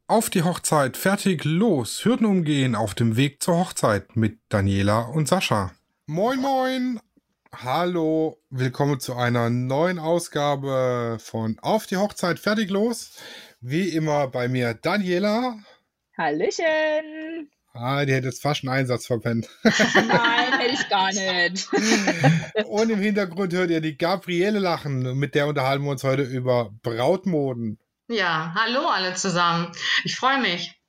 Auf die Hochzeit, fertig, los, Hürden umgehen auf dem Weg zur Hochzeit mit Daniela und Sascha. Moin, moin, hallo, willkommen zu einer neuen Ausgabe von Auf die Hochzeit, fertig, los. Wie immer bei mir Daniela. Hallöchen! Die hätte jetzt fast einen Einsatz verpennt. Nein, hätte ich gar nicht. Und im Hintergrund hört ihr die Gabriele lachen. Mit der unterhalten wir uns heute über Brautmoden. Ja, hallo alle zusammen. Ich freue mich.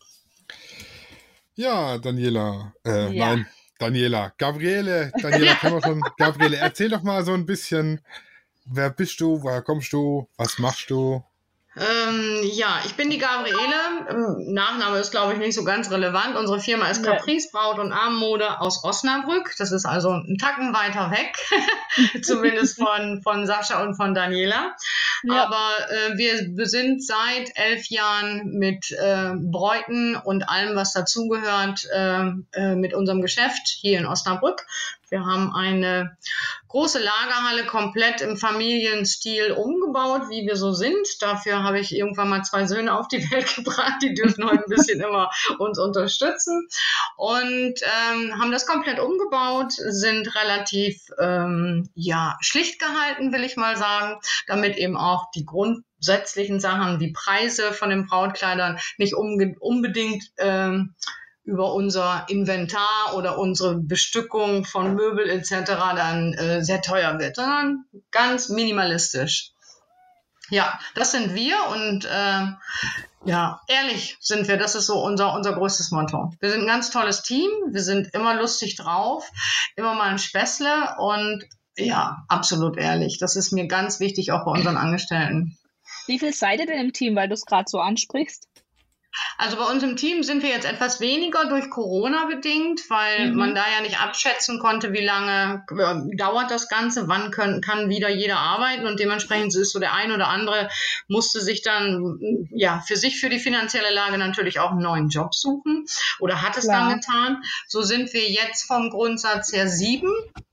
Ja, Daniela. Ja. Nein, Daniela. Daniela kennen wir schon. Gabriele, erzähl doch mal so ein bisschen, wer bist du, woher kommst du, was machst du? Ja, ich bin die Gabriele. Nachname ist, glaube ich, nicht so ganz relevant. Unsere Firma ist Ja. Caprice Braut und Abendmode aus Osnabrück. Das ist also einen Tacken weiter weg, zumindest von Sascha und von Daniela. Ja. Aber wir sind seit 11 Jahren mit Bräuten und allem, was dazugehört, mit unserem Geschäft hier in Osnabrück. Wir haben eine große Lagerhalle komplett im Familienstil umgebaut, wie wir so sind. Dafür habe ich irgendwann mal 2 Söhne auf die Welt gebracht. Die dürfen heute ein bisschen immer uns unterstützen. Und haben das komplett umgebaut, sind relativ schlicht gehalten, will ich mal sagen, damit eben auch die grundsätzlichen Sachen wie Preise von den Brautkleidern nicht unbedingt über unser Inventar oder unsere Bestückung von Möbel etc. dann sehr teuer wird, sondern ganz minimalistisch. Ja, das sind wir und ehrlich sind wir. Das ist so unser größtes Motto. Wir sind ein ganz tolles Team, wir sind immer lustig drauf, immer mal ein Späßle und ja, absolut ehrlich. Das ist mir ganz wichtig, auch bei unseren Angestellten. Wie viel seid ihr denn im Team, weil du es gerade so ansprichst? Also bei uns im Team sind wir jetzt etwas weniger durch Corona bedingt, weil man da ja nicht abschätzen konnte, wie lange dauert das Ganze, wann kann wieder jeder arbeiten und dementsprechend ist so der ein oder andere musste sich dann für die finanzielle Lage natürlich auch einen neuen Job suchen oder hat es dann getan. So sind wir jetzt vom Grundsatz her 7.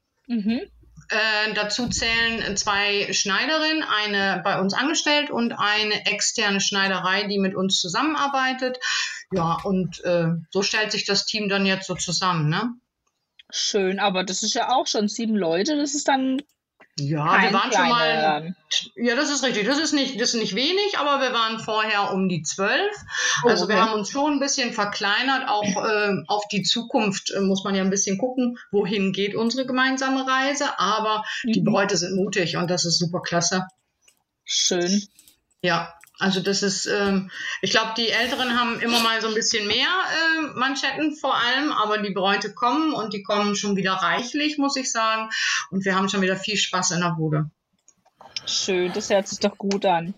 Dazu zählen 2 Schneiderinnen, eine bei uns angestellt und eine externe Schneiderei, die mit uns zusammenarbeitet. Ja, und so stellt sich das Team dann jetzt so zusammen, ne? Schön, aber das ist ja auch schon 7 Leute, das ist dann Ja, wir kein waren schon mal, kleiner. ja, das ist richtig, das ist nicht wenig, aber wir waren vorher um die 12. Oh, Also wir okay. haben uns schon ein bisschen verkleinert, auch auf die Zukunft muss man ja ein bisschen gucken, wohin geht unsere gemeinsame Reise, aber die Bräute sind mutig und das ist super klasse. Schön. Ja, also das ist, ich glaube, die Älteren haben immer mal so ein bisschen mehr Manschetten vor allem, aber die Bräute kommen und die kommen schon wieder reichlich, muss ich sagen. Und wir haben schon wieder viel Spaß in der Bude. Schön, das hört sich doch gut an.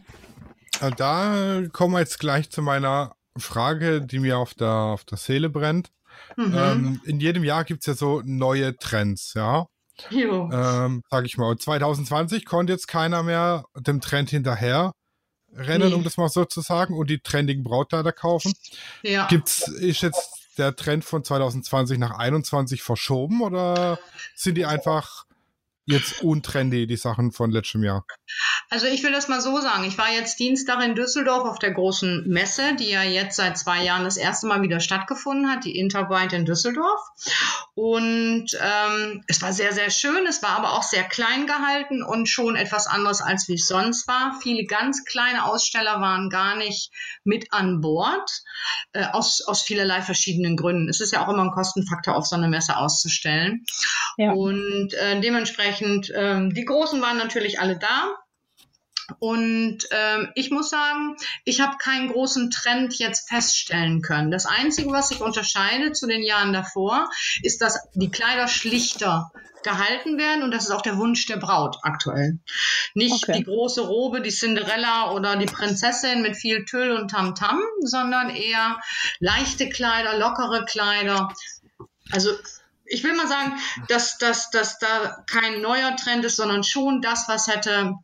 Da kommen wir jetzt gleich zu meiner Frage, die mir auf der Seele brennt. In jedem Jahr gibt es ja so neue Trends, ja. Jo. Sag ich mal, 2020 konnte jetzt keiner mehr dem Trend hinterher rennen, Nee. um das mal so zu sagen, und die trendigen Brautkleider kaufen. Ja. Ist jetzt der Trend von 2020 nach 2021 verschoben oder sind die einfach jetzt untrendy, die Sachen von letztem Jahr? Also ich will das mal so sagen. Ich war jetzt Dienstag in Düsseldorf auf der großen Messe, die ja jetzt seit 2 Jahren das erste Mal wieder stattgefunden hat, die Interbrite in Düsseldorf. Und es war sehr, sehr schön. Es war aber auch sehr klein gehalten und schon etwas anderes, als wie es sonst war. Viele ganz kleine Aussteller waren gar nicht mit an Bord, aus vielerlei verschiedenen Gründen. Es ist ja auch immer ein Kostenfaktor, auf so eine Messe auszustellen. Ja. Und dementsprechend, die Großen waren natürlich alle da. Und ich muss sagen, ich habe keinen großen Trend jetzt feststellen können. Das Einzige, was sich unterscheidet zu den Jahren davor, ist, dass die Kleider schlichter gehalten werden und das ist auch der Wunsch der Braut aktuell. Nicht Okay. die große Robe, die Cinderella oder die Prinzessin mit viel Tüll und Tamtam, sondern eher leichte Kleider, lockere Kleider. Also ich will mal sagen, dass da kein neuer Trend ist, sondern schon das, was hätte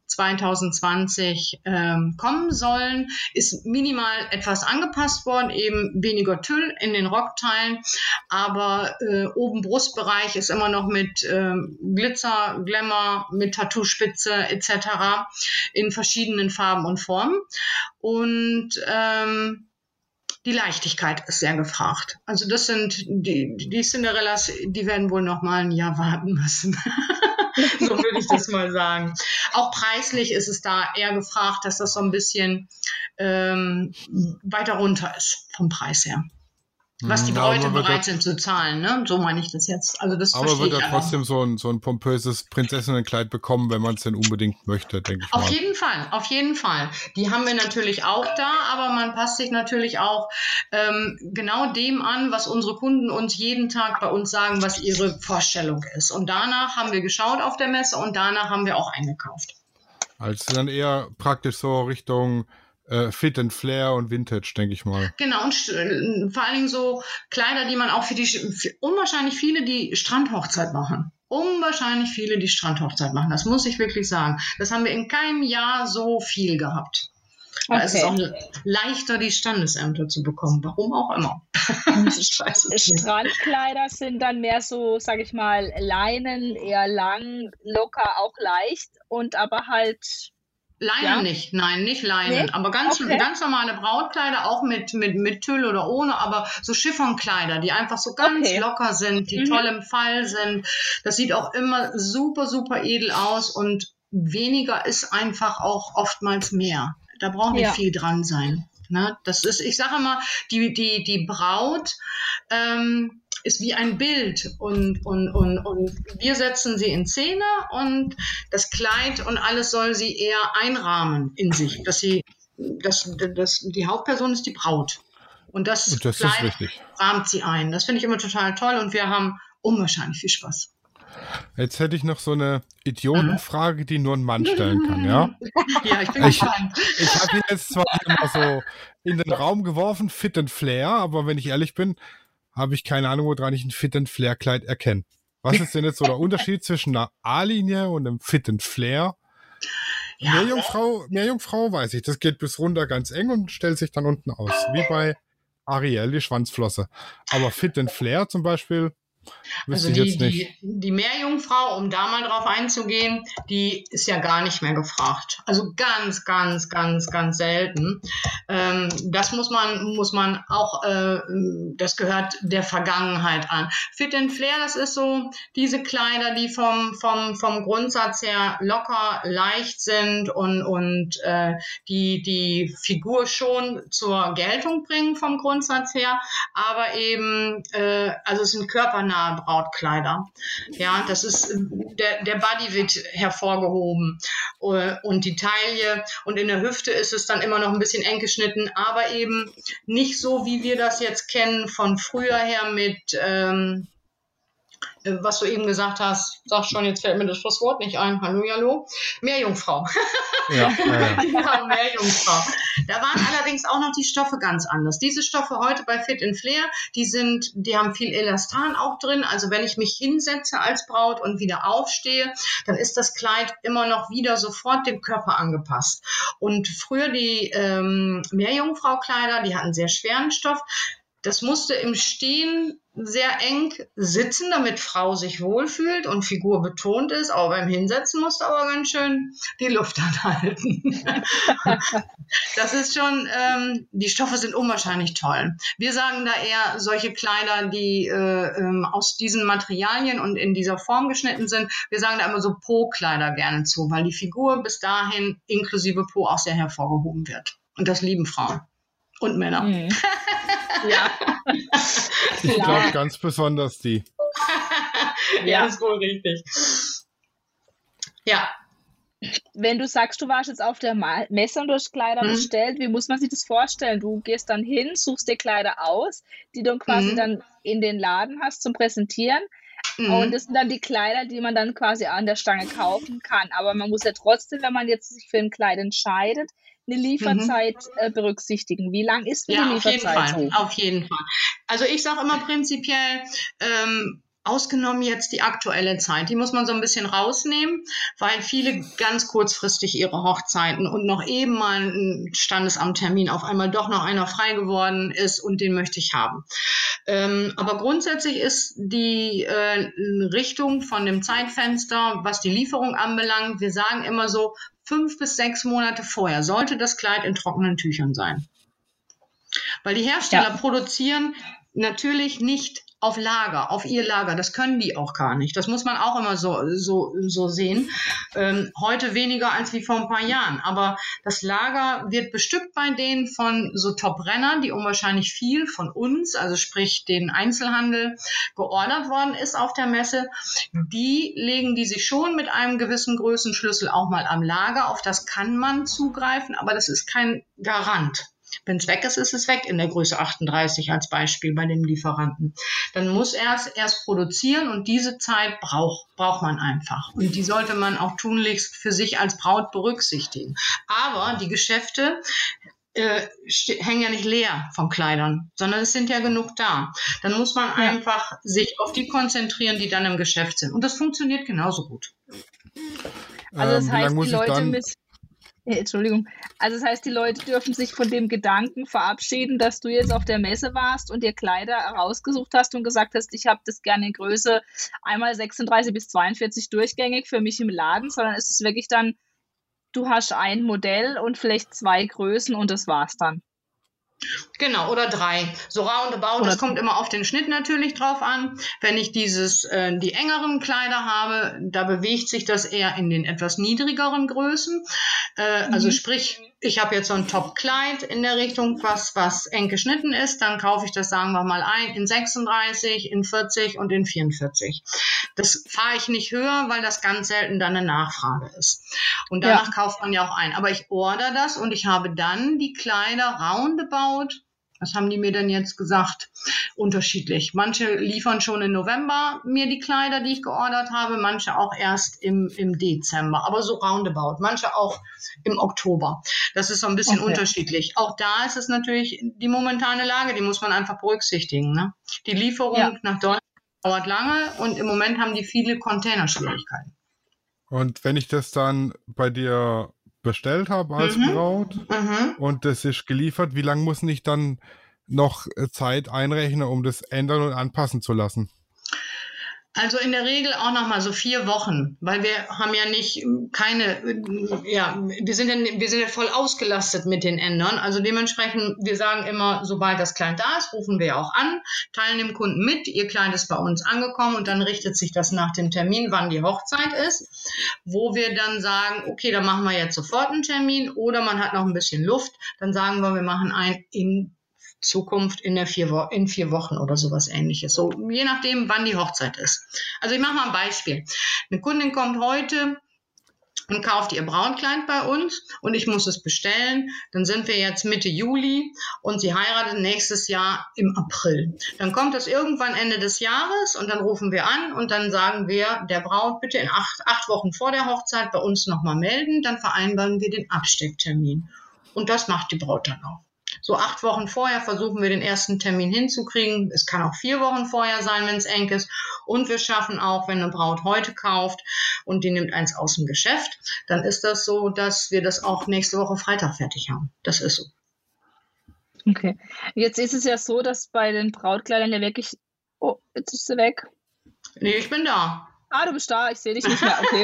2020 kommen sollen, ist minimal etwas angepasst worden, eben weniger Tüll in den Rockteilen, aber oben Brustbereich ist immer noch mit Glitzer, Glamour, mit Tattoospitze etc. in verschiedenen Farben und Formen. Und Die Leichtigkeit ist sehr gefragt. Also das sind die Cinderellas, die werden wohl noch mal ein Jahr warten müssen. So würde ich das mal sagen. Auch preislich ist es da eher gefragt, dass das so ein bisschen weiter runter ist vom Preis her. Was die Bräute bereit sind zu zahlen, ne? So meine ich das jetzt. Also das verstehe ich. Aber wird er trotzdem so ein pompöses Prinzessinnenkleid bekommen, wenn man es denn unbedingt möchte, denke ich mal. Auf jeden Fall. Die haben wir natürlich auch da, aber man passt sich natürlich auch genau dem an, was unsere Kunden uns jeden Tag bei uns sagen, was ihre Vorstellung ist. Und danach haben wir geschaut auf der Messe und danach haben wir auch eingekauft. Also dann eher praktisch so Richtung Fit and Flair und Vintage, denke ich mal. Genau, und vor allen Dingen so Kleider, die man auch für unwahrscheinlich viele, die Strandhochzeit machen. Unwahrscheinlich viele, die Strandhochzeit machen. Das muss ich wirklich sagen. Das haben wir in keinem Jahr so viel gehabt. Da ist es auch leichter, die Standesämter zu bekommen. Warum auch immer. Strandkleider sind dann mehr so, sag ich mal, Leinen, eher lang, locker, auch leicht und aber halt... Leinen nicht, nein, nicht Leinen, nee? Aber ganz normale Brautkleider, auch mit Tüll oder ohne, aber so Chiffonkleider, die einfach so ganz locker sind, die toll im Fall sind. Das sieht auch immer super, super edel aus und weniger ist einfach auch oftmals mehr. Da braucht nicht viel dran sein. Ne? Das ist, ich sage immer, die Braut ist wie ein Bild und wir setzen sie in Szene und das Kleid und alles soll sie eher einrahmen in sich, die Hauptperson ist die Braut und das Kleid rahmt sie ein. Das finde ich immer total toll und wir haben unwahrscheinlich viel Spaß. Jetzt hätte ich noch so eine Idiotenfrage, die nur ein Mann stellen kann, ja? Ja, ich bin gespannt. Ich habe ihn jetzt zwar immer so in den Raum geworfen, Fit and Flair, aber wenn ich ehrlich bin, habe ich keine Ahnung, woran ich ein Fit and Flair Kleid erkenne. Was ist denn jetzt so der Unterschied zwischen einer A-Linie und einem Fit and Flair? Ja. Meerjungfrau weiß ich, das geht bis runter ganz eng und stellt sich dann unten aus, wie bei Ariel, die Schwanzflosse. Aber Fit and Flair zum Beispiel, also die Meerjungfrau, um da mal drauf einzugehen, die ist ja gar nicht mehr gefragt. Also ganz, ganz, ganz, ganz selten. Das muss man auch, das gehört der Vergangenheit an. Fit and Flair, das ist so diese Kleider, die vom Grundsatz her locker, leicht sind und die Figur schon zur Geltung bringen vom Grundsatz her, aber eben, also es sind körpernahe Brautkleider. Ja, das ist, der Body wird hervorgehoben und die Taille und in der Hüfte ist es dann immer noch ein bisschen eng geschnitten, aber eben nicht so, wie wir das jetzt kennen von früher her mit, was du eben gesagt hast, sag schon, jetzt fällt mir das Wort nicht ein. Hallo, Meerjungfrau. Ja, Meerjungfrau. Da waren allerdings auch noch die Stoffe ganz anders. Diese Stoffe heute bei Fit and Flair, die haben viel Elastan auch drin. Also wenn ich mich hinsetze als Braut und wieder aufstehe, dann ist das Kleid immer noch wieder sofort dem Körper angepasst. Und früher die Meerjungfrau-Kleider, die hatten sehr schweren Stoff. Das musste im Stehen sehr eng sitzen, damit Frau sich wohlfühlt und Figur betont ist. Aber beim Hinsetzen musste aber ganz schön die Luft anhalten. Das ist schon, die Stoffe sind unwahrscheinlich toll. Wir sagen da eher solche Kleider, die aus diesen Materialien und in dieser Form geschnitten sind. Wir sagen da immer so Po-Kleider gerne zu, weil die Figur bis dahin inklusive Po auch sehr hervorgehoben wird. Und das lieben Frauen und Männer. Mhm. Ja. Ich glaube ganz besonders die. Ja, ist wohl richtig. Ja. Wenn du sagst, du warst jetzt auf der Messe und du hast Kleider bestellt, wie muss man sich das vorstellen? Du gehst dann hin, suchst dir Kleider aus, die du quasi dann in den Laden hast zum Präsentieren. Und das sind dann die Kleider, die man dann quasi an der Stange kaufen kann. Aber man muss ja trotzdem, wenn man jetzt sich für ein Kleid entscheidet, eine Lieferzeit berücksichtigen. Wie lang ist denn die Lieferzeit? Auf jeden Fall. Also ich sage immer prinzipiell, ausgenommen jetzt die aktuelle Zeit, die muss man so ein bisschen rausnehmen, weil viele ganz kurzfristig ihre Hochzeiten und noch eben mal ein Standesamttermin auf einmal doch noch einer frei geworden ist und den möchte ich haben. Aber grundsätzlich ist die Richtung von dem Zeitfenster, was die Lieferung anbelangt, wir sagen immer so 5 bis 6 Monate vorher sollte das Kleid in trockenen Tüchern sein. Weil die Hersteller produzieren natürlich nicht auf Lager, auf ihr Lager. Das können die auch gar nicht. Das muss man auch immer so sehen. Heute weniger als wie vor ein paar Jahren. Aber das Lager wird bestückt bei denen von so Top-Rennern, die unwahrscheinlich viel von uns, also sprich den Einzelhandel, geordert worden ist auf der Messe. Die legen die sich schon mit einem gewissen Größenschlüssel auch mal am Lager. Auf das kann man zugreifen, aber das ist kein Garant. Wenn es weg ist, ist es weg in der Größe 38 als Beispiel bei dem Lieferanten. Dann muss er es erst produzieren und diese Zeit braucht man einfach. Und die sollte man auch tunlichst für sich als Braut berücksichtigen. Aber die Geschäfte hängen ja nicht leer von Kleidern, sondern es sind ja genug da. Dann muss man einfach sich auf die konzentrieren, die dann im Geschäft sind. Und das funktioniert genauso gut. Also das heißt, die Leute Entschuldigung. Also das heißt, die Leute dürfen sich von dem Gedanken verabschieden, dass du jetzt auf der Messe warst und dir Kleider rausgesucht hast und gesagt hast, ich habe das gerne in Größe einmal 36 bis 42 durchgängig für mich im Laden, sondern es ist wirklich dann, du hast ein Modell und vielleicht 2 Größen und das war's dann. Genau, oder 3. So roundabout, das kommt immer auf den Schnitt natürlich drauf an. Wenn ich die engeren Kleider habe, da bewegt sich das eher in den etwas niedrigeren Größen. Also sprich, ich habe jetzt so ein Top-Kleid in der Richtung, was eng geschnitten ist, dann kaufe ich das, sagen wir mal, ein in 36, in 40 und in 44. Das fahre ich nicht höher, weil das ganz selten dann eine Nachfrage ist. Und danach kauft man ja auch ein. Aber ich order das und ich habe dann die Kleider roundabout, was haben die mir denn jetzt gesagt? Unterschiedlich. Manche liefern schon im November mir die Kleider, die ich geordert habe, manche auch erst im Dezember, aber so roundabout. Manche auch im Oktober. Das ist so ein bisschen unterschiedlich. Auch da ist es natürlich die momentane Lage, die muss man einfach berücksichtigen. Ne? Die Lieferung nach Deutschland dauert lange und im Moment haben die viele Containerschwierigkeiten. Und wenn ich das dann bei dir bestellt habe als Braut und das ist geliefert, wie lange muss ich dann noch Zeit einrechnen, um das ändern und anpassen zu lassen? Also in der Regel auch noch mal so 4 Wochen, weil wir haben ja wir sind ja voll ausgelastet mit den Ändern. Also dementsprechend, wir sagen immer, sobald das Kleid da ist, rufen wir auch an, teilen dem Kunden mit, ihr Kleid ist bei uns angekommen und dann richtet sich das nach dem Termin, wann die Hochzeit ist, wo wir dann sagen, okay, dann machen wir jetzt sofort einen Termin oder man hat noch ein bisschen Luft, dann sagen wir machen einen in Zukunft in 4 Wochen oder sowas Ähnliches. So, je nachdem, wann die Hochzeit ist. Also ich mache mal ein Beispiel. Eine Kundin kommt heute und kauft ihr Brautkleid bei uns und ich muss es bestellen. Dann sind wir jetzt Mitte Juli und sie heiratet nächstes Jahr im April. Dann kommt es irgendwann Ende des Jahres und dann rufen wir an und dann sagen wir der Braut, bitte in 8 Wochen vor der Hochzeit bei uns nochmal melden. Dann vereinbaren wir den Abstecktermin. Und das macht die Braut dann auch. So 8 Wochen vorher versuchen wir den ersten Termin hinzukriegen. Es kann auch 4 Wochen vorher sein, wenn es eng ist. Und wir schaffen auch, wenn eine Braut heute kauft und die nimmt eins aus dem Geschäft, dann ist das so, dass wir das auch nächste Woche Freitag fertig haben. Das ist so. Okay. Jetzt ist es ja so, dass bei den Brautkleidern ja wirklich... Oh, jetzt ist sie weg. Nee, ich bin da. Ah, du bist da. Ich sehe dich nicht mehr. Okay.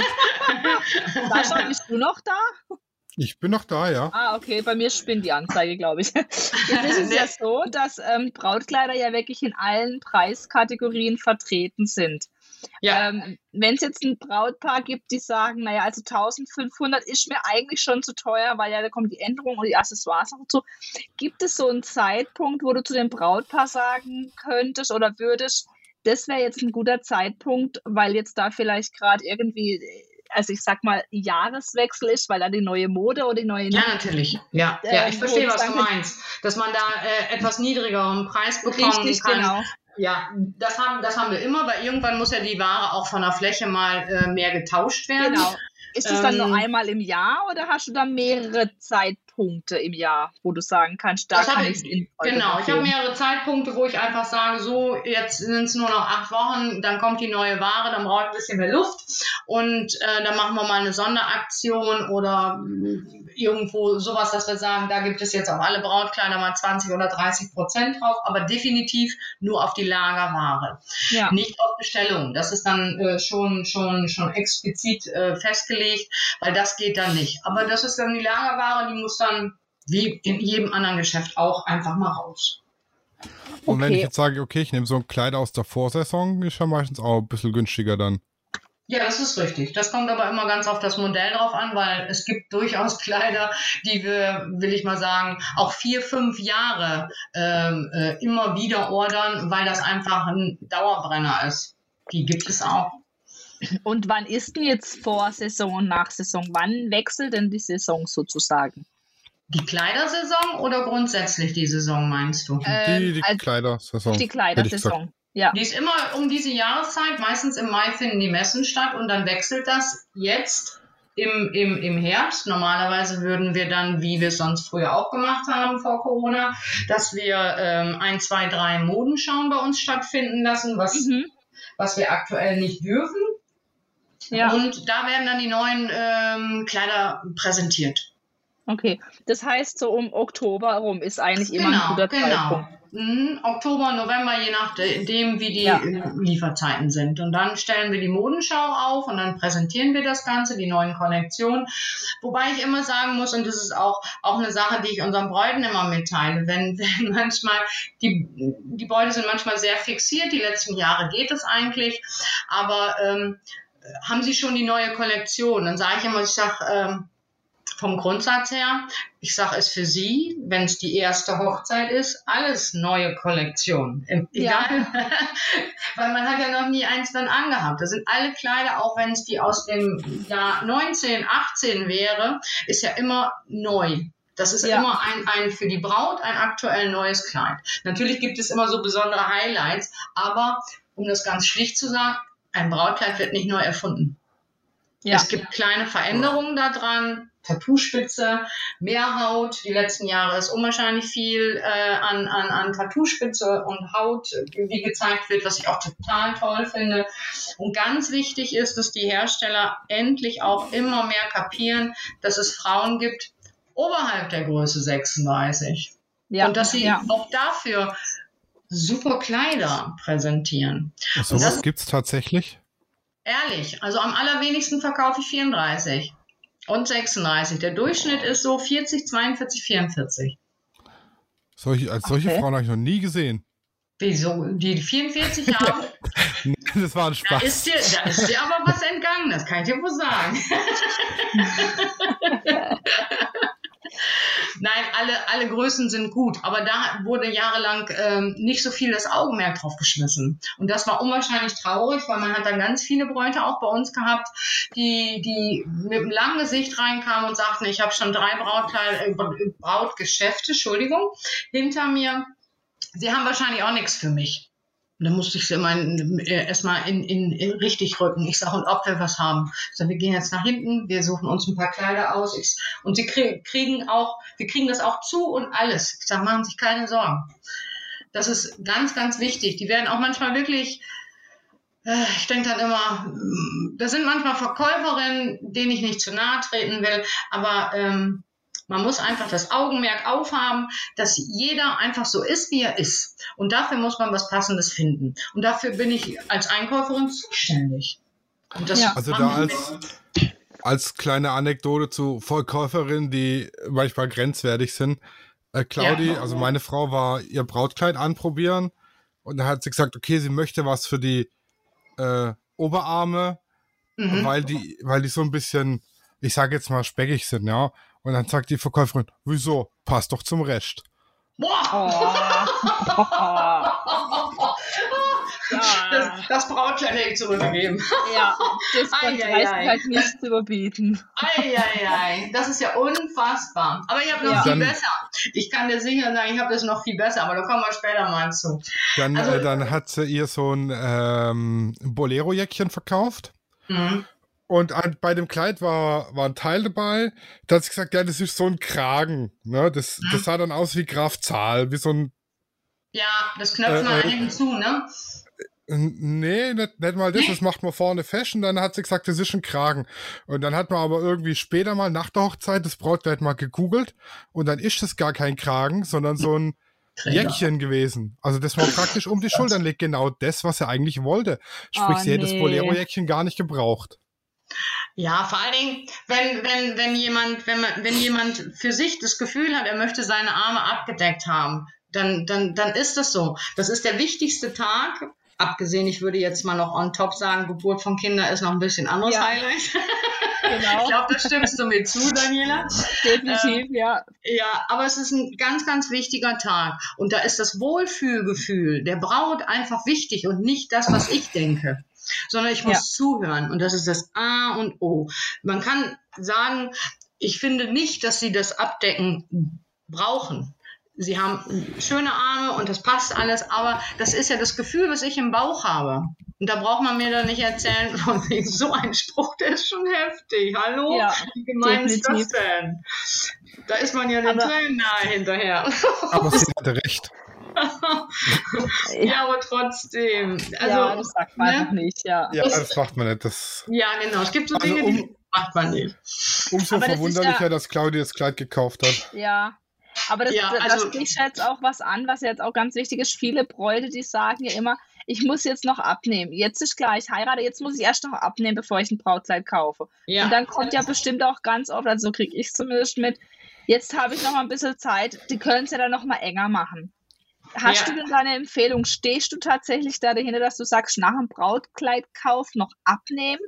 Sascha, bist du noch da? Ich bin noch da, ja. Ah, okay, bei mir spinnt die Anzeige, glaube ich. Jetzt ist es ja so, dass Brautkleider ja wirklich in allen Preiskategorien vertreten sind. Ja. Wenn es jetzt ein Brautpaar gibt, die sagen, naja, also 1500 ist mir eigentlich schon zu teuer, weil ja da kommt die Änderung und die Accessoires noch dazu. Gibt es so einen Zeitpunkt, wo du zu dem Brautpaar sagen könntest oder würdest, das wäre jetzt ein guter Zeitpunkt, weil jetzt da vielleicht gerade irgendwie... Also ich sag mal, Jahreswechsel ist, weil da die neue Mode oder die neue... Ja, natürlich. Ja, ich verstehe, was du meinst. Dass man da etwas niedrigeren Preis bekommen kann. Genau. Ja, das haben wir immer, weil irgendwann muss ja die Ware auch von der Fläche mal mehr getauscht werden. Genau. Ist das dann nur einmal im Jahr oder hast du da mehrere Zeitpunkte im Jahr, wo du sagen kannst, da kann ich es in Genau, ich habe mehrere Zeitpunkte, wo ich einfach sage, so, jetzt sind es nur noch 8 Wochen, dann kommt die neue Ware, dann brauche ich ein bisschen mehr Luft und dann machen wir mal eine Sonderaktion oder irgendwo sowas, dass wir sagen, da gibt es jetzt auf alle Brautkleider mal 20 oder 30% drauf, aber definitiv nur auf die Lagerware. Ja. Nicht auf Bestellung. Das ist dann schon explizit festgelegt, weil das geht dann nicht. Aber das ist dann die Lagerware, die muss dann wie in jedem anderen Geschäft auch, einfach mal raus. Und wenn ich jetzt sage, okay, ich nehme so ein Kleid aus der Vorsaison, ist ja meistens auch ein bisschen günstiger dann. Ja, das ist richtig. Das kommt aber immer ganz auf das Modell drauf an, weil es gibt durchaus Kleider, die wir, will ich mal sagen, auch 4, 5 Jahre immer wieder ordern, weil das einfach ein Dauerbrenner ist. Die gibt es auch. Und wann ist denn jetzt Vorsaison und Nachsaison? Wann wechselt denn die Saison sozusagen? Die Kleidersaison oder grundsätzlich die Saison, meinst du? Die Kleidersaison. Die Kleidersaison, ja. Die ist immer um diese Jahreszeit, meistens im Mai finden die Messen statt und dann wechselt das jetzt im Herbst. Normalerweise würden wir dann, wie wir es sonst früher auch gemacht haben vor Corona, dass wir 1, 2, 3 Modenschauen bei uns stattfinden lassen, was wir aktuell nicht dürfen. Ja. Und da werden dann die neuen Kleider präsentiert. Okay, das heißt, so um Oktober herum ist eigentlich immer ein guter Zeitpunkt. Oktober, November, je nachdem, wie die Lieferzeiten sind. Und dann stellen wir die Modenschau auf und dann präsentieren wir das Ganze, die neuen Kollektionen. Wobei ich immer sagen muss, und das ist auch eine Sache, die ich unseren Bräuten immer mitteile, wenn manchmal, die Bräute sind manchmal sehr fixiert, die letzten Jahre geht es eigentlich, aber haben sie schon die neue Kollektion? Dann sage ich immer, vom Grundsatz her, ich sage es für Sie, wenn es die erste Hochzeit ist, alles neue Kollektion. Egal, weil man hat ja noch nie eins dann angehabt. Das sind alle Kleider, auch wenn es die aus dem Jahr 19, 18 wäre, ist ja immer neu. Das ist immer ein für die Braut ein aktuell neues Kleid. Natürlich gibt es immer so besondere Highlights, aber um das ganz schlicht zu sagen, ein Brautkleid wird nicht neu erfunden. Ja. Es gibt kleine Veränderungen daran, Tattoospitze, mehr Haut. Die letzten Jahre ist unwahrscheinlich viel an Tattoospitze und Haut, wie gezeigt wird, was ich auch total toll finde. Und ganz wichtig ist, dass die Hersteller endlich auch immer mehr kapieren, dass es Frauen gibt oberhalb der Größe 36. Ja. Und dass sie auch dafür super Kleider präsentieren. So was gibt es tatsächlich? Ehrlich, also am allerwenigsten verkaufe ich 34 und 36. Der Durchschnitt ist so 40, 42, 44. Solche Frauen habe ich noch nie gesehen. Wieso? Die 44 haben? Das war ein Spaß. Da ist dir aber was entgangen, das kann ich dir wohl sagen. Nein, alle Größen sind gut, aber da wurde jahrelang nicht so viel das Augenmerk drauf geschmissen. Und das war unwahrscheinlich traurig, weil man hat dann ganz viele Bräute auch bei uns gehabt, die mit einem langen Gesicht reinkamen und sagten, ich habe schon 3 Brautgeschäfte, hinter mir. Sie haben wahrscheinlich auch nichts für mich. Und dann musste ich sie immer erstmal in richtig rücken. Ich sage, und ob wir was haben. Ich sage, wir gehen jetzt nach hinten, wir suchen uns ein paar Kleider aus. Und sie wir kriegen das auch zu und alles. Ich sage, machen Sie sich keine Sorgen. Das ist ganz, ganz wichtig. Die werden auch manchmal wirklich, ich denke dann immer, da sind manchmal Verkäuferinnen, denen ich nicht zu nahe treten will, aber man muss einfach das Augenmerk aufhaben, dass jeder einfach so ist, wie er ist. Und dafür muss man was Passendes finden. Und dafür bin ich als Einkäuferin zuständig. Und das also da als kleine Anekdote zu Verkäuferinnen, die manchmal grenzwertig sind. Claudi, also meine Frau, war ihr Brautkleid anprobieren und da hat sie gesagt, okay, sie möchte was für die Oberarme, weil die so ein bisschen, ich sage jetzt mal, speckig sind, ja. Und dann sagt die Verkäuferin, wieso? Passt doch zum Rest. Das Brautkleid hätte ich zurückgegeben. Ja, das halt nicht zu überbieten. Das ist ja unfassbar. Aber ich habe noch viel besser. Ich kann dir sicher sagen, ich habe das noch viel besser, aber da kommen wir später mal zu. Dann hat sie ihr so ein Bolero-Jäckchen verkauft. Und bei dem Kleid war ein Teil dabei, da hat sie gesagt, ja, das ist so ein Kragen. Ne? Das sah dann aus wie Graf Zahl, wie so ein... Ja, das knöpft man hinten zu, ne? Nee, nicht mal das macht man vorne fest und dann hat sie gesagt, das ist ein Kragen. Und dann hat man aber irgendwie später mal nach der Hochzeit das Brautkleid mal gegoogelt und dann ist das gar kein Kragen, sondern so ein Jäckchen gewesen. Also das war praktisch um die Schultern liegt, genau das, was er eigentlich wollte. Sprich, sie hätte das Bolero-Jäckchen gar nicht gebraucht. Ja, vor allen Dingen, wenn jemand für sich das Gefühl hat, er möchte seine Arme abgedeckt haben, dann ist das so. Das ist der wichtigste Tag. Abgesehen, ich würde jetzt mal noch on top sagen, Geburt von Kindern ist noch ein bisschen anderes Highlight. Genau. Ich glaube, da stimmst du mir zu, Daniela. Definitiv, ja. Ja, aber es ist ein ganz, ganz wichtiger Tag. Und da ist das Wohlfühlgefühl der Braut einfach wichtig und nicht das, was ich denke, sondern ich muss zuhören. Und das ist das A und O. Man kann sagen, ich finde nicht, dass sie das Abdecken brauchen. Sie haben schöne Arme und das passt alles, aber das ist ja das Gefühl, was ich im Bauch habe. Und da braucht man mir doch nicht erzählen, so ein Spruch, der ist schon heftig. Hallo? Ja, wie gemein ist das denn? Da ist man ja den Tränen nahe hinterher. Aber sie hatte recht. Ja, aber trotzdem. Also, ja, das sagt man einfach nicht, ja. Ja, das macht man nicht. Ja, genau. Es gibt so Dinge, die macht man nicht. Umso verwunderlicher, dass Claudia das Kleid gekauft hat. Ja. Aber das spricht jetzt auch was an, was jetzt auch ganz wichtig ist. Viele Bräute, die sagen ja immer, ich muss jetzt noch abnehmen. Jetzt ist klar, ich heirate, jetzt muss ich erst noch abnehmen, bevor ich ein Brautkleid kaufe. Ja. Und dann kommt ja bestimmt auch ganz oft, also so kriege ich es zumindest mit, jetzt habe ich noch mal ein bisschen Zeit, die können es ja dann noch mal enger machen. Hast du denn deine Empfehlung, stehst du tatsächlich da dahinter, dass du sagst, nach dem Brautkleidkauf noch abnehmen?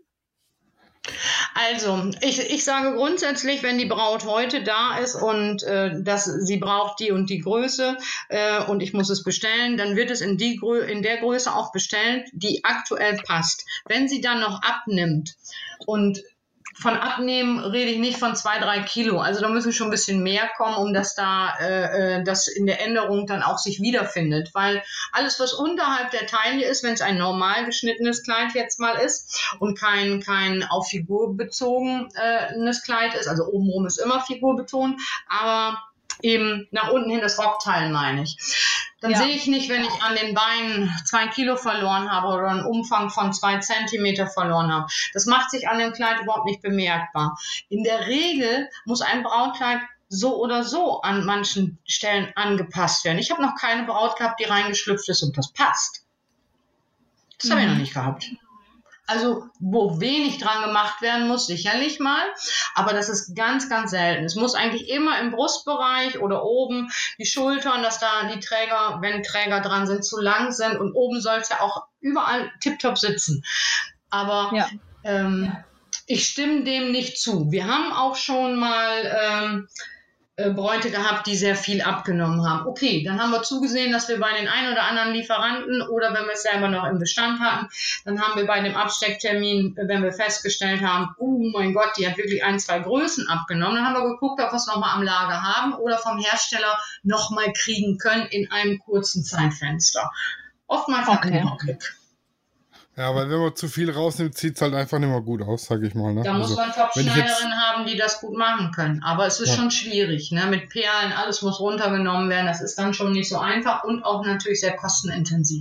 Also, ich sage grundsätzlich, wenn die Braut heute da ist und dass sie braucht die und die Größe und ich muss es bestellen, dann wird es in der Größe auch bestellt, die aktuell passt. Wenn sie dann noch abnimmt und von Abnehmen rede ich nicht von 2-3 Kilo. Also da müssen schon ein bisschen mehr kommen, um dass das in der Änderung dann auch sich wiederfindet. Weil alles, was unterhalb der Taille ist, wenn es ein normal geschnittenes Kleid jetzt mal ist und kein auf Figur bezogenes Kleid ist, also obenrum ist immer Figur betont, aber eben nach unten hin das Rockteil meine ich. Dann sehe ich nicht, wenn ich an den Beinen 2 Kilo verloren habe oder einen Umfang von 2 Zentimeter verloren habe. Das macht sich an dem Kleid überhaupt nicht bemerkbar. In der Regel muss ein Brautkleid so oder so an manchen Stellen angepasst werden. Ich habe noch keine Braut gehabt, die reingeschlüpft ist und das passt. Das habe ich noch nicht gehabt. Also, wo wenig dran gemacht werden muss, sicherlich mal, aber das ist ganz, ganz selten. Es muss eigentlich immer im Brustbereich oder oben die Schultern, dass da die Träger, wenn Träger dran sind, zu lang sind und oben soll es ja auch überall tiptop sitzen. Aber ich stimme dem nicht zu. Wir haben auch schon mal Bräute gehabt, die sehr viel abgenommen haben. Okay, dann haben wir zugesehen, dass wir bei den ein oder anderen Lieferanten oder wenn wir es selber noch im Bestand hatten, dann haben wir bei dem Abstecktermin, wenn wir festgestellt haben, oh mein Gott, die hat wirklich 1-2 Größen abgenommen, dann haben wir geguckt, ob wir es nochmal am Lager haben oder vom Hersteller nochmal kriegen können in einem kurzen Zeitfenster. Oftmals hat man auch Glück. Ja, weil wenn man zu viel rausnimmt, sieht es halt einfach nicht mehr gut aus, sage ich mal. Ne? Da muss man Top-Schneiderinnen haben, die das gut machen können. Aber es ist schon schwierig. Ne? Mit Perlen, alles muss runtergenommen werden. Das ist dann schon nicht so einfach und auch natürlich sehr kostenintensiv.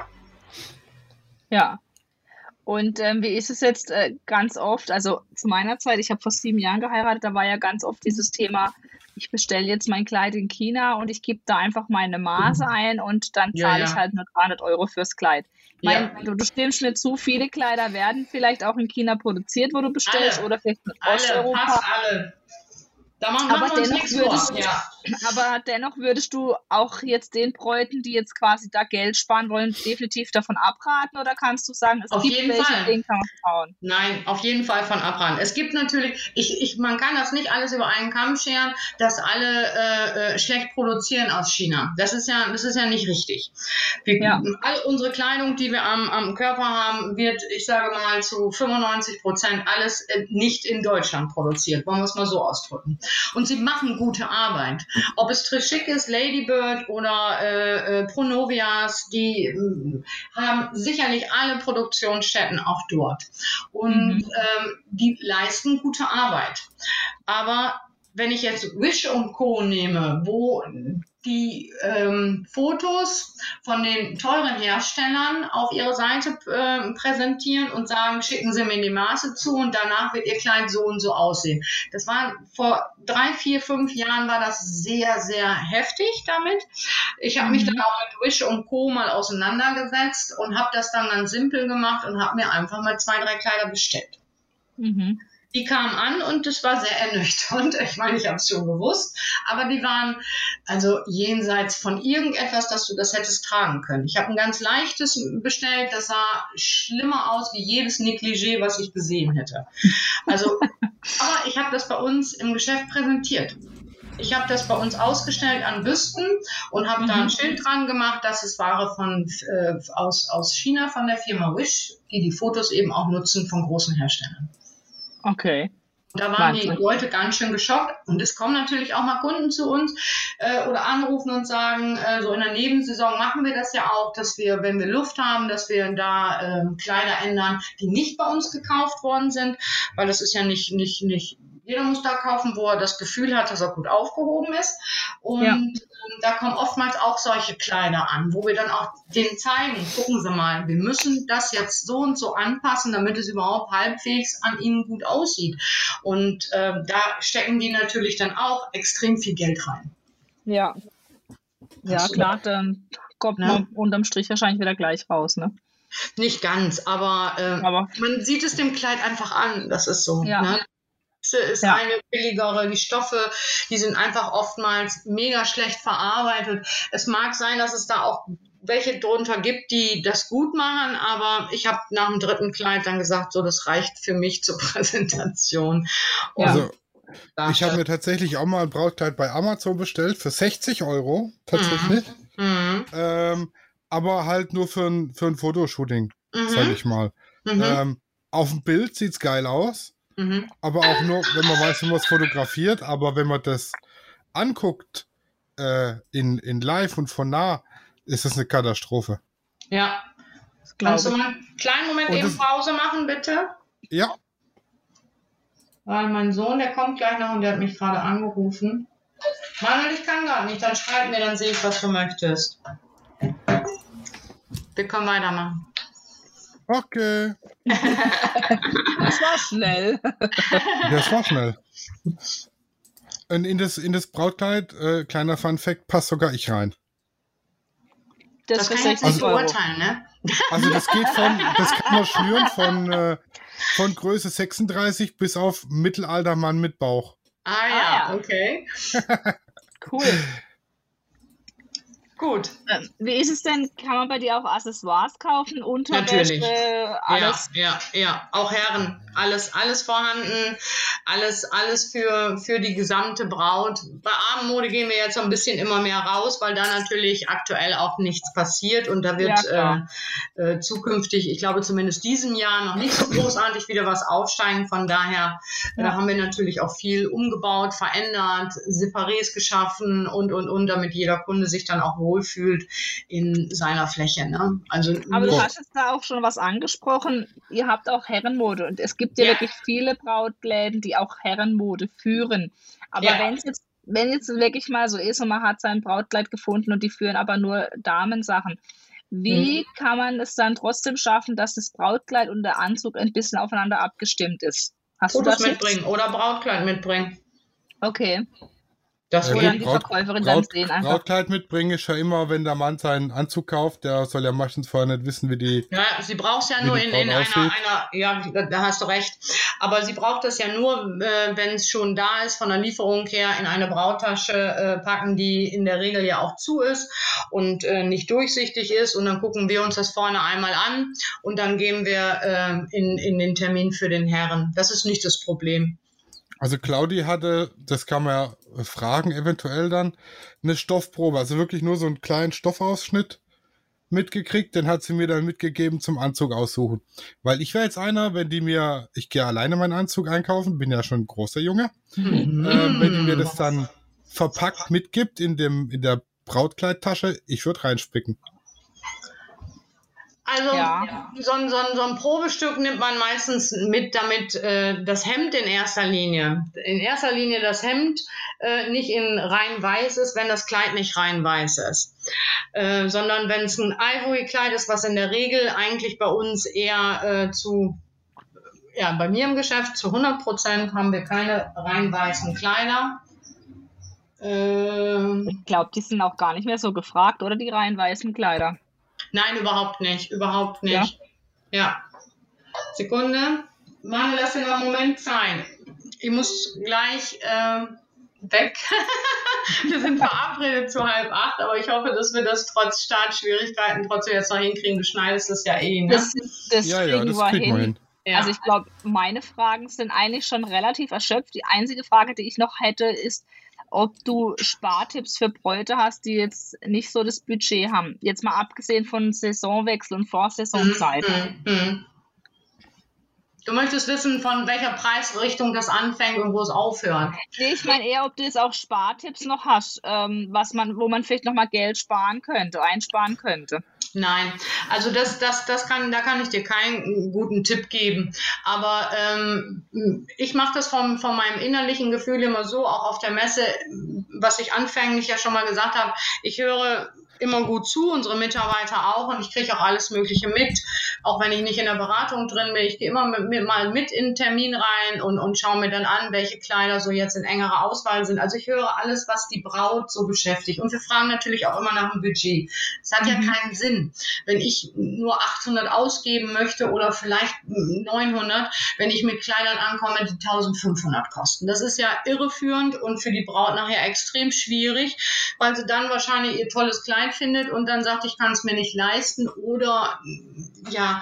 Ja. Und wie ist es jetzt ganz oft, also zu meiner Zeit, ich habe vor 7 Jahren geheiratet, da war ja ganz oft dieses Thema, ich bestelle jetzt mein Kleid in China und ich gebe da einfach meine Maße ein und dann zahle ich halt nur 300 € fürs Kleid. Du stimmst mir zu, viele Kleider werden vielleicht auch in China produziert, wo du bestellst, oder vielleicht in Osteuropa. Fast alle. Da machen wir uns nichts vor. Aber dennoch würdest du auch jetzt den Bräuten, die jetzt quasi da Geld sparen wollen, definitiv davon abraten? Oder kannst du sagen, es gibt welche, denen kann man trauen? Nein, auf jeden Fall von abraten. Es gibt natürlich, man kann das nicht alles über einen Kamm scheren, dass alle schlecht produzieren aus China. Das ist ja nicht richtig. All unsere Kleidung, die wir am Körper haben, wird, ich sage mal, zu 95% alles nicht in Deutschland produziert. Wollen wir es mal so ausdrücken. Und sie machen gute Arbeit. Ob es Trichic ist, Ladybird oder Pronovias, die haben sicherlich alle Produktionsstätten auch dort. Und die leisten gute Arbeit. Aber wenn ich jetzt Wish und Co. nehme, wo die Fotos von den teuren Herstellern auf ihre Seite präsentieren und sagen, schicken Sie mir die Maße zu und danach wird Ihr Kleid so und so aussehen. Das war vor 3, 4, 5 Jahren war das sehr, sehr heftig damit. Ich habe mich dann auch mit Wish und Co. mal auseinandergesetzt und habe das dann ganz simpel gemacht und habe mir einfach mal 2, 3 Kleider bestellt. Die kamen an und es war sehr ernüchternd. Ich meine, ich habe es schon gewusst, aber die waren also jenseits von irgendetwas, dass du das hättest tragen können. Ich habe ein ganz leichtes bestellt, das sah schlimmer aus wie jedes Negligé, was ich gesehen hätte. Also, aber ich habe das bei uns im Geschäft präsentiert. Ich habe das bei uns ausgestellt an Büsten und habe da ein Schild dran gemacht, dass es Ware aus China von der Firma Wish, die Fotos eben auch nutzen von großen Herstellern. Okay. Da waren die Leute ganz schön geschockt. Und es kommen natürlich auch mal Kunden zu uns oder anrufen und sagen, so in der Nebensaison machen wir das ja auch, dass wir, wenn wir Luft haben, dass wir da Kleider ändern, die nicht bei uns gekauft worden sind, weil das ist ja nicht jeder muss da kaufen, wo er das Gefühl hat, dass er gut aufgehoben ist. Und da kommen oftmals auch solche Kleider an, wo wir dann auch denen zeigen, gucken Sie mal, wir müssen das jetzt so und so anpassen, damit es überhaupt halbwegs an Ihnen gut aussieht. Und da stecken die natürlich dann auch extrem viel Geld rein. Ja, klar, dann kommt man unterm Strich wahrscheinlich wieder gleich raus, ne? Nicht ganz, aber man sieht es dem Kleid einfach an, das ist so. Ja. Ne? Ist eine billigere, die Stoffe, die sind einfach oftmals mega schlecht verarbeitet. Es mag sein, dass es da auch welche drunter gibt, die das gut machen, aber ich habe nach dem 3. Kleid dann gesagt, so, das reicht für mich zur Präsentation. Also ich habe mir tatsächlich auch mal ein Brautkleid bei Amazon bestellt für 60 € tatsächlich. Aber halt nur für ein Fotoshooting, sag ich mal. Auf dem Bild sieht's geil aus. Aber auch nur, wenn man weiß, wie man es fotografiert. Aber wenn man das anguckt in live und von nah, ist das eine Katastrophe. Ja. Kannst du mal einen kleinen Moment eben Pause machen, bitte? Ja. Weil mein Sohn, der kommt gleich noch und der hat mich gerade angerufen. Manuel, ich kann gar nicht. Dann schreib mir, dann sehe ich, was du möchtest. Wir können weitermachen. Okay. Das war schnell. Das war schnell. Und in das Brautkleid, kleiner Funfact, passt sogar ich rein. Das kann ich jetzt nicht beurteilen, ne? Also das kann man schnüren von Größe 36 bis auf Mittelaltermann mit Bauch. Ah ja, okay. Cool. Gut. Wie ist es denn? Kann man bei dir auch Accessoires kaufen? Natürlich. Alles? Ja. Auch Herren. Alles vorhanden. Alles für die gesamte Braut. Bei Abendmode gehen wir jetzt so ein bisschen immer mehr raus, weil da natürlich aktuell auch nichts passiert und da wird zukünftig, ich glaube zumindest diesem Jahr, noch nicht so großartig wieder was aufsteigen. Von daher haben wir natürlich auch viel umgebaut, verändert, Separés geschaffen und damit jeder Kunde sich dann auch wohlfühlt in seiner Fläche. Ne? Also aber du hast jetzt da auch schon was angesprochen. Ihr habt auch Herrenmode und es gibt ja wirklich viele Brautläden, die auch Herrenmode führen. Aber wenn jetzt wirklich mal so ist und man hat sein Brautkleid gefunden und die führen aber nur Damensachen, wie kann man es dann trotzdem schaffen, dass das Brautkleid und der Anzug ein bisschen aufeinander abgestimmt ist? Hast Fotos du das mitbringen oder Brautkleid mitbringen. Okay. Das wo dann die Verkäuferin dann sehen einfach. Brautkleid mitbringen ist ja immer, wenn der Mann seinen Anzug kauft, der soll ja meistens vorher nicht wissen, wie die... Ja, sie braucht es ja nur in einer, ja, da hast du recht, aber sie braucht das ja nur, wenn es schon da ist, von der Lieferung her in eine Brauttasche packen, die in der Regel ja auch zu ist und nicht durchsichtig ist und dann gucken wir uns das vorne einmal an und dann gehen wir in den Termin für den Herren. Das ist nicht das Problem. Also Claudi hatte, das kann man ja fragen, eventuell dann, eine Stoffprobe, also wirklich nur so einen kleinen Stoffausschnitt mitgekriegt, den hat sie mir dann mitgegeben zum Anzug aussuchen. Weil ich wäre jetzt einer, ich gehe alleine meinen Anzug einkaufen, bin ja schon ein großer Junge, wenn die mir das dann verpackt mitgibt in der Brautkleidtasche, ich würde reinspicken. Also so ein Probestück nimmt man meistens mit, damit das Hemd in erster Linie das Hemd nicht in rein weiß ist, wenn das Kleid nicht rein weiß ist, sondern wenn es ein Ivory-Kleid ist, was in der Regel eigentlich bei uns eher bei mir im Geschäft zu 100% haben wir keine rein weißen Kleider. Ich glaube, die sind auch gar nicht mehr so gefragt, oder die rein weißen Kleider? Nein, überhaupt nicht. Ja. Sekunde. Mann, lass mir mal einen Moment Zeit. Ich muss gleich weg. Wir sind verabredet zu 7:30, aber ich hoffe, dass wir das trotz Startschwierigkeiten trotzdem jetzt noch hinkriegen. Du schneidest das ja eh, ne? Das kriegen wir hin. Ja. Also ich glaube, meine Fragen sind eigentlich schon relativ erschöpft. Die einzige Frage, die ich noch hätte, ist, ob du Spartipps für Bräute hast, die jetzt nicht so das Budget haben. Jetzt mal abgesehen von Saisonwechsel und Vorsaisonzeit. Du möchtest wissen, von welcher Preisrichtung das anfängt und wo es aufhört. Nee, ich meine eher, ob du jetzt auch Spartipps noch hast, wo man vielleicht noch mal Geld sparen könnte, einsparen könnte. Nein, also da kann ich dir keinen guten Tipp geben. Aber ich mache das von meinem innerlichen Gefühl immer so, auch auf der Messe, was ich anfänglich ja schon mal gesagt habe. Ich höre immer gut zu, unsere Mitarbeiter auch, und ich kriege auch alles Mögliche mit, auch wenn ich nicht in der Beratung drin bin. Ich gehe immer mal mit in den Termin rein und schaue mir dann an, welche Kleider so jetzt in engerer Auswahl sind. Also ich höre alles, was die Braut so beschäftigt. Und wir fragen natürlich auch immer nach dem Budget. Es hat ja keinen Sinn, wenn ich nur 800 ausgeben möchte oder vielleicht 900, wenn ich mit Kleidern ankomme, die 1500 kosten. Das ist ja irreführend und für die Braut nachher extrem schwierig, weil sie dann wahrscheinlich ihr tolles Kleid findet und dann sagt, ich kann es mir nicht leisten, oder ja,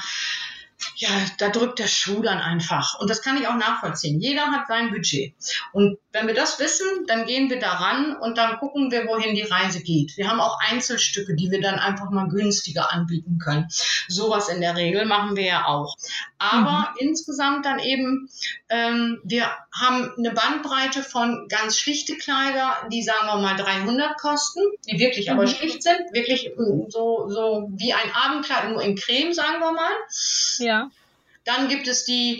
da drückt der Schuh dann einfach. Und das kann ich auch nachvollziehen. Jeder hat sein Budget. Und wenn wir das wissen, dann gehen wir daran und dann gucken wir, wohin die Reise geht. Wir haben auch Einzelstücke, die wir dann einfach mal günstiger anbieten können. Sowas in der Regel machen wir ja auch. Aber insgesamt dann eben, wir haben eine Bandbreite von ganz schlichte Kleider, die, sagen wir mal, 300 kosten, die wirklich aber schlicht sind, wirklich so wie ein Abendkleid, nur in Creme, sagen wir mal. Ja. Dann gibt es die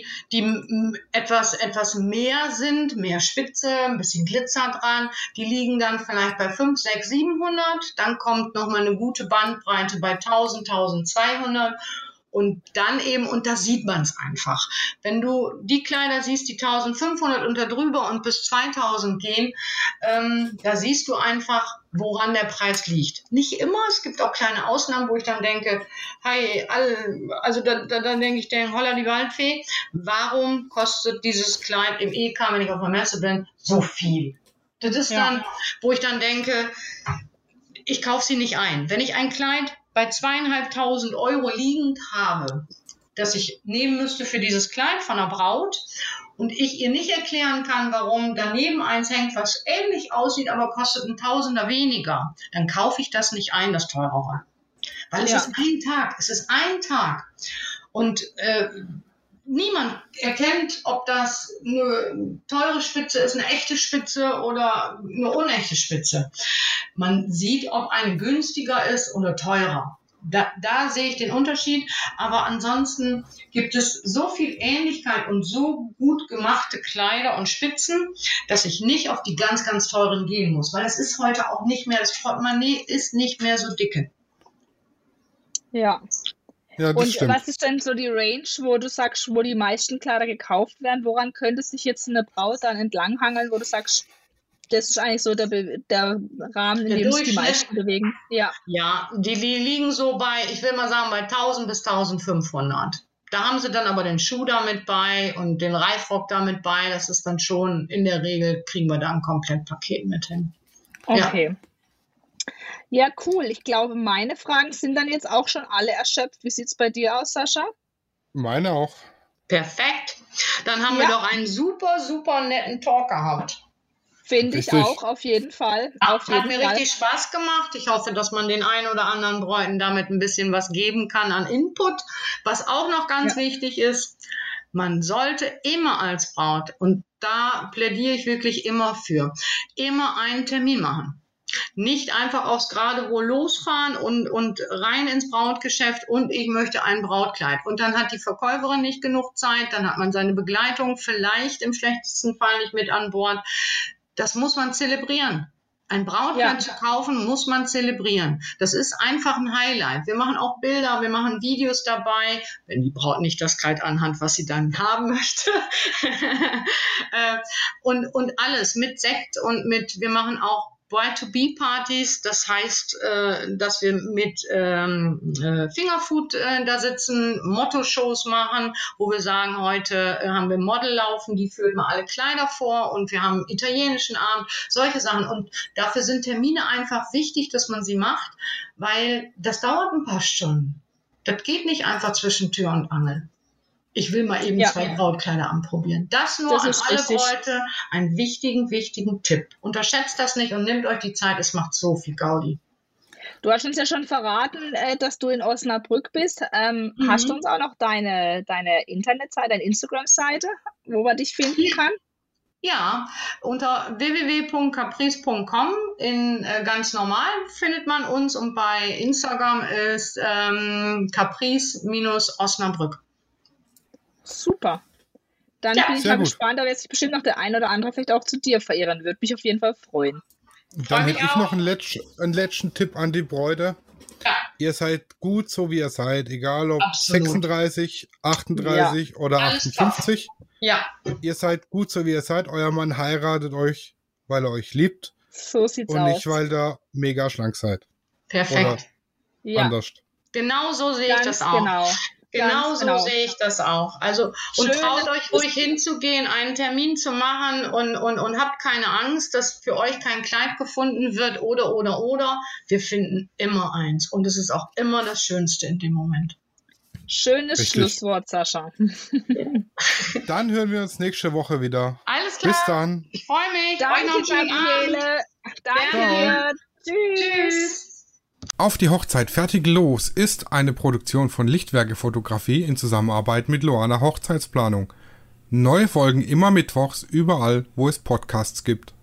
etwas mehr sind, mehr Spitze, ein bisschen Glitzer dran. Die liegen dann vielleicht bei 500, 600, 700. Dann kommt nochmal eine gute Bandbreite bei 1000, 1200. Und dann eben, und da sieht man es einfach. Wenn du die Kleider siehst, die 1500 und da drüber und bis 2000 gehen, da siehst du einfach, woran der Preis liegt. Nicht immer, es gibt auch kleine Ausnahmen, wo ich dann denke, hey, dann denke ich, holla die Waldfee, warum kostet dieses Kleid im EK, wenn ich auf der Messe bin, so viel? Das ist dann, wo ich dann denke, ich kaufe sie nicht ein. Wenn ich ein Kleid bei 2.500 € liegend habe, das ich nehmen müsste für dieses Kleid von einer Braut, und ich ihr nicht erklären kann, warum daneben eins hängt, was ähnlich aussieht, aber kostet 1.000er weniger, dann kaufe ich das nicht ein, das teurere. Weil es ist ein Tag. Es ist ein Tag. Und niemand erkennt, ob das eine teure Spitze ist, eine echte Spitze oder eine unechte Spitze. Man sieht, ob eine günstiger ist oder teurer. Da sehe ich den Unterschied, aber ansonsten gibt es so viel Ähnlichkeit und so gut gemachte Kleider und Spitzen, dass ich nicht auf die ganz, ganz teuren gehen muss, weil es ist heute auch nicht mehr, das Portemonnaie ist nicht mehr so dicke. Ja. Ja, das Und stimmt. was ist denn so die Range, wo du sagst, wo die meisten Kleider gekauft werden? Woran könnte sich jetzt eine Braut dann entlanghangeln, wo du sagst, das ist eigentlich so der Rahmen, in dem sich die meisten bewegen? Ja, die liegen so bei, ich will mal sagen, bei 1.000 bis 1.500. Da haben sie dann aber den Schuh damit bei und den Reifrock damit bei. Das ist dann schon, in der Regel kriegen wir da ein Komplettpaket mit hin. okay. Ja, cool. Ich glaube, meine Fragen sind dann jetzt auch schon alle erschöpft. Wie sieht es bei dir aus, Sascha? Meine auch. Perfekt. Dann haben wir doch einen super, super netten Talk gehabt. Finde ich auch, auf jeden Fall. Hat mir richtig Spaß gemacht. Ich hoffe, dass man den einen oder anderen Bräuten damit ein bisschen was geben kann an Input. Was auch noch ganz wichtig ist, man sollte immer als Braut, und da plädiere ich wirklich immer für, immer einen Termin machen. Nicht einfach aufs Geradewohl losfahren und rein ins Brautgeschäft und ich möchte ein Brautkleid. Und dann hat die Verkäuferin nicht genug Zeit, dann hat man seine Begleitung vielleicht im schlechtesten Fall nicht mit an Bord. Das muss man zelebrieren. Ein Brautkleid zu kaufen, muss man zelebrieren. Das ist einfach ein Highlight. Wir machen auch Bilder, wir machen Videos dabei, wenn die Braut nicht das Kleid anhat, was sie dann haben möchte. Und alles mit Sekt und wir machen auch Bride-to-be-Partys, das heißt, dass wir mit Fingerfood da sitzen, Motto-Shows machen, wo wir sagen, heute haben wir Model laufen, die führen mal alle Kleider vor und wir haben italienischen Abend, solche Sachen. Und dafür sind Termine einfach wichtig, dass man sie macht, weil das dauert ein paar Stunden. Das geht nicht einfach zwischen Tür und Angel. Ich will mal eben 2 Brautkleider anprobieren. Das nur an alle Bräute einen wichtigen Tipp. Unterschätzt das nicht und nehmt euch die Zeit, es macht so viel Gaudi. Du hast uns ja schon verraten, dass du in Osnabrück bist. Hast du uns auch noch deine Internetseite, deine Instagram-Seite, wo man dich finden kann? Ja, unter www.caprice.com in ganz normal findet man uns und bei Instagram ist Caprice-Osnabrück. Super. Dann bin ich mal gespannt, da wird sich bestimmt noch der ein oder andere vielleicht auch zu dir verirren. Würde mich auf jeden Fall freuen. Dann hätte ich noch einen letzten Tipp an die Bräute. Ja. Ihr seid gut, so wie ihr seid, egal ob 36, 38 oder 58. Ja. Ihr seid gut, so wie ihr seid. Euer Mann heiratet euch, weil er euch liebt. So sieht's aus. Und nicht, weil ihr mega schlank seid. Perfekt. Oder anders. Genau so sehe ich das auch. Genau so sehe ich das auch. Also, und traut euch ruhig hinzugehen, einen Termin zu machen und habt keine Angst, dass für euch kein Kleid gefunden wird oder. Wir finden immer eins. Und es ist auch immer das Schönste in dem Moment. Schönes Schlusswort, Sascha. Dann hören wir uns nächste Woche wieder. Alles klar. Bis dann. Ich freue mich. Danke, Daniele. Danke dir. Tschüss. Auf die Hochzeit fertig los ist eine Produktion von Lichtwerke Fotografie in Zusammenarbeit mit Loana Hochzeitsplanung. Neue Folgen immer mittwochs überall, wo es Podcasts gibt.